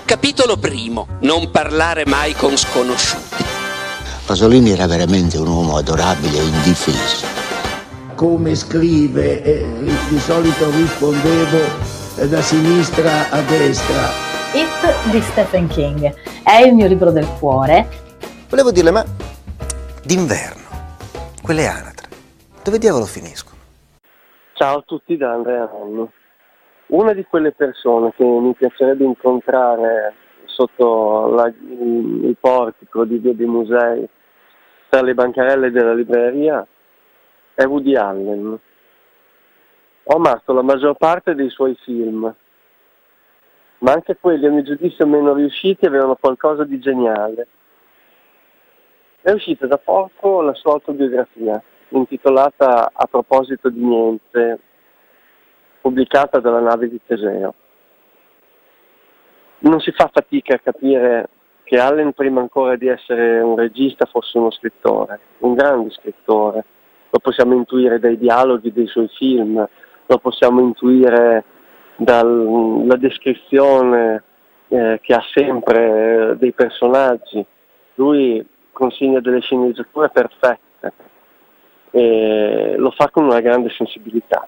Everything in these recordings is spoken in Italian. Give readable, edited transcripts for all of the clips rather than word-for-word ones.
Capitolo primo. Non parlare mai con sconosciuti. Pasolini era veramente un uomo adorabile e indifeso. Come scrive, di solito rispondevo da sinistra a destra. It di Stephen King è il mio libro del cuore. Volevo dirle, ma d'inverno, quelle anatre, dove diavolo finiscono? Ciao a tutti da Andrea Nonno. Una di quelle persone che mi piacerebbe incontrare sotto il portico di Via dei Musei, tra le bancarelle della libreria, è Woody Allen. Ho amato la maggior parte dei suoi film, ma anche quelli, a mio giudizio, meno riusciti avevano qualcosa di geniale. È uscita da poco la sua autobiografia, intitolata A proposito di niente, pubblicata dalla Nave di Teseo. Non si fa fatica a capire che Allen, prima ancora di essere un regista, fosse uno scrittore, un grande scrittore. Lo possiamo intuire dai dialoghi dei suoi film, lo possiamo intuire dalla descrizione che ha sempre dei personaggi. Lui consegna delle sceneggiature perfette e lo fa con una grande sensibilità.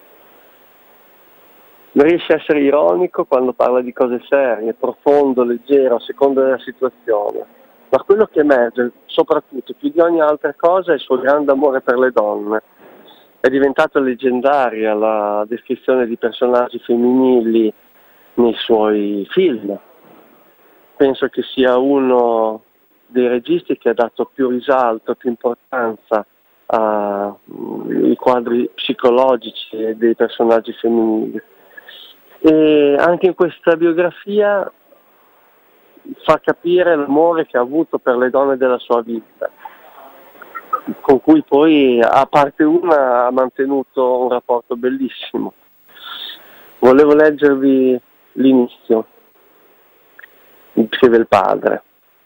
Riesce a essere ironico quando parla di cose serie, profondo, leggero, a seconda della situazione. Ma quello che emerge, soprattutto più di ogni altra cosa, è il suo grande amore per le donne. È diventata leggendaria la descrizione di personaggi femminili nei suoi film. Penso che sia uno dei registi che ha dato più risalto, più importanza ai quadri psicologici dei personaggi femminili. E anche in questa biografia fa capire l'amore che ha avuto per le donne della sua vita, con cui poi, a parte una, ha mantenuto un rapporto bellissimo. Volevo leggervi l'inizio, scrive il padre.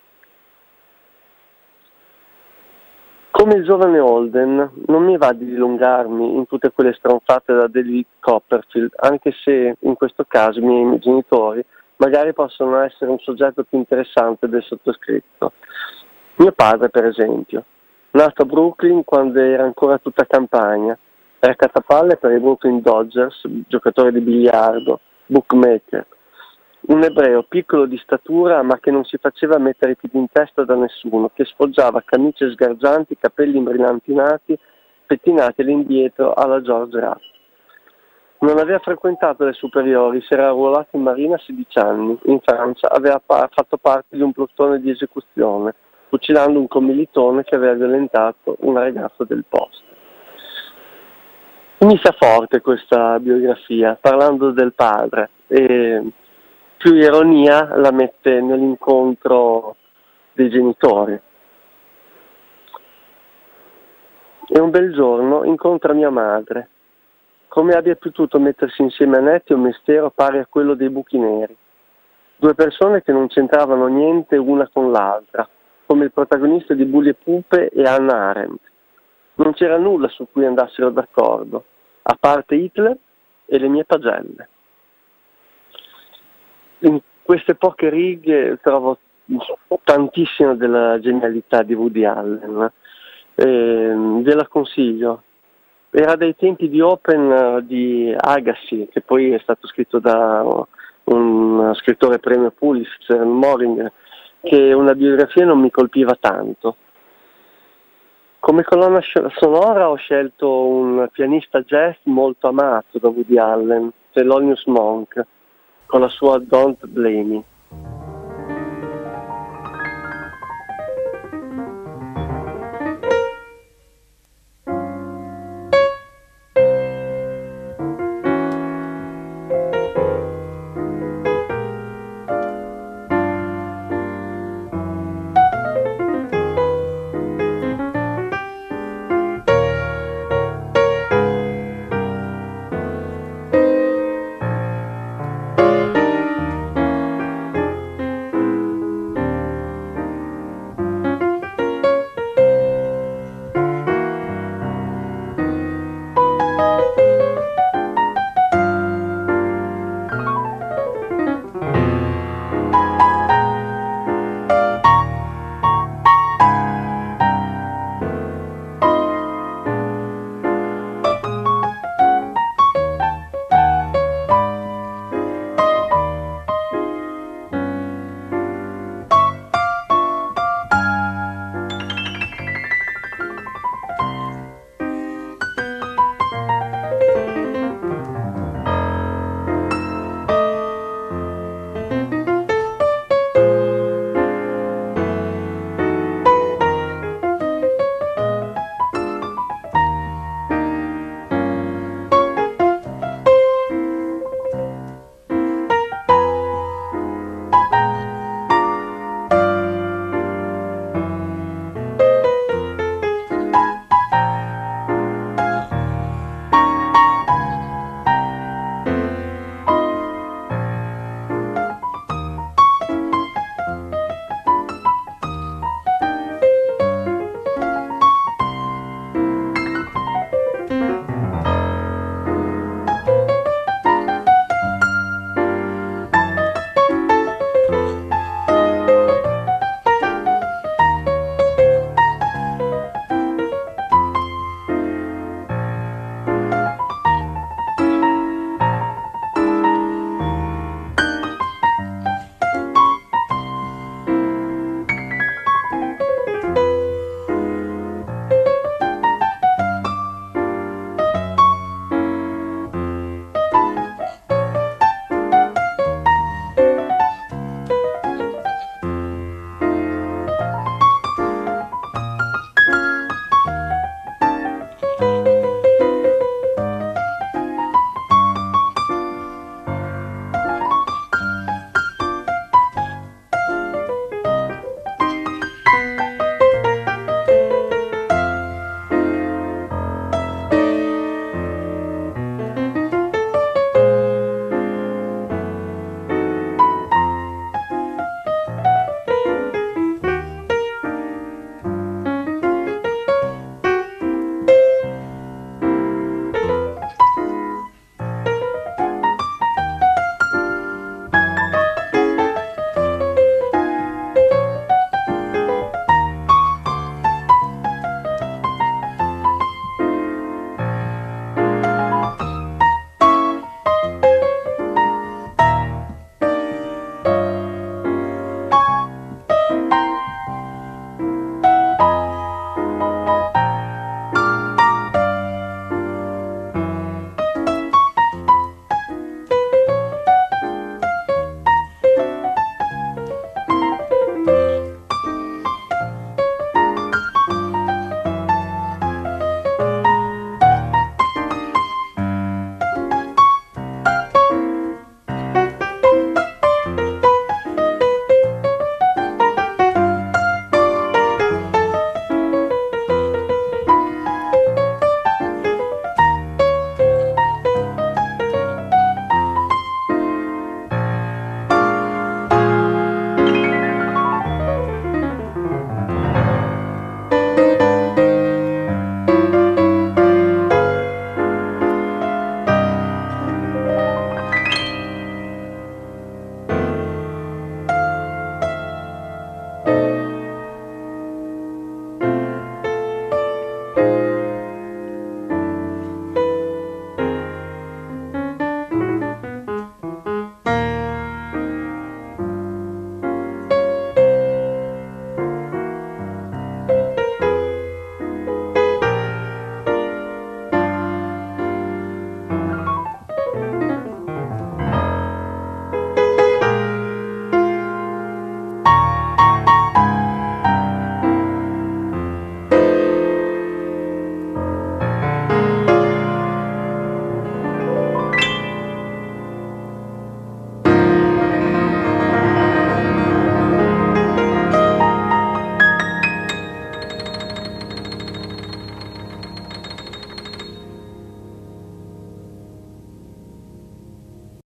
Come il giovane Holden, non mi va di dilungarmi in tutte quelle stronzate da David Copperfield, anche se in questo caso i miei genitori magari possono essere un soggetto più interessante del sottoscritto. Mio padre, per esempio, nato a Brooklyn quando era ancora tutta campagna, era catapalle per i Brooklyn Dodgers, giocatore di biliardo, bookmaker. Un ebreo piccolo di statura ma che non si faceva mettere i piedi in testa da nessuno, che sfoggiava camicie sgargianti, capelli imbrillantinati, pettinati all'indietro alla George Rapp. Non aveva frequentato le superiori, si era arruolato in marina a 16 anni. In Francia aveva fatto parte di un plotone di esecuzione, fucilando un commilitone che aveva violentato una ragazza del posto. Inizia forte questa biografia, parlando del padre, e più ironia la mette nell'incontro dei genitori. E un bel giorno incontra mia madre. Come abbia potuto mettersi insieme a Nettie un mistero pari a quello dei buchi neri. Due persone che non c'entravano niente una con l'altra, come il protagonista di Bulli e Pupe e Hannah Arendt. Non c'era nulla su cui andassero d'accordo, a parte Hitler e le mie pagelle. In queste poche righe trovo tantissima della genialità di Woody Allen, ve la consiglio. Era dai tempi di Open di Agassi, che poi è stato scritto da un scrittore premio Pulitzer, Moringer, che una biografia non mi colpiva tanto. Come colonna sonora ho scelto un pianista jazz molto amato da Woody Allen, Thelonious Monk, con la sua Don't Blame Me.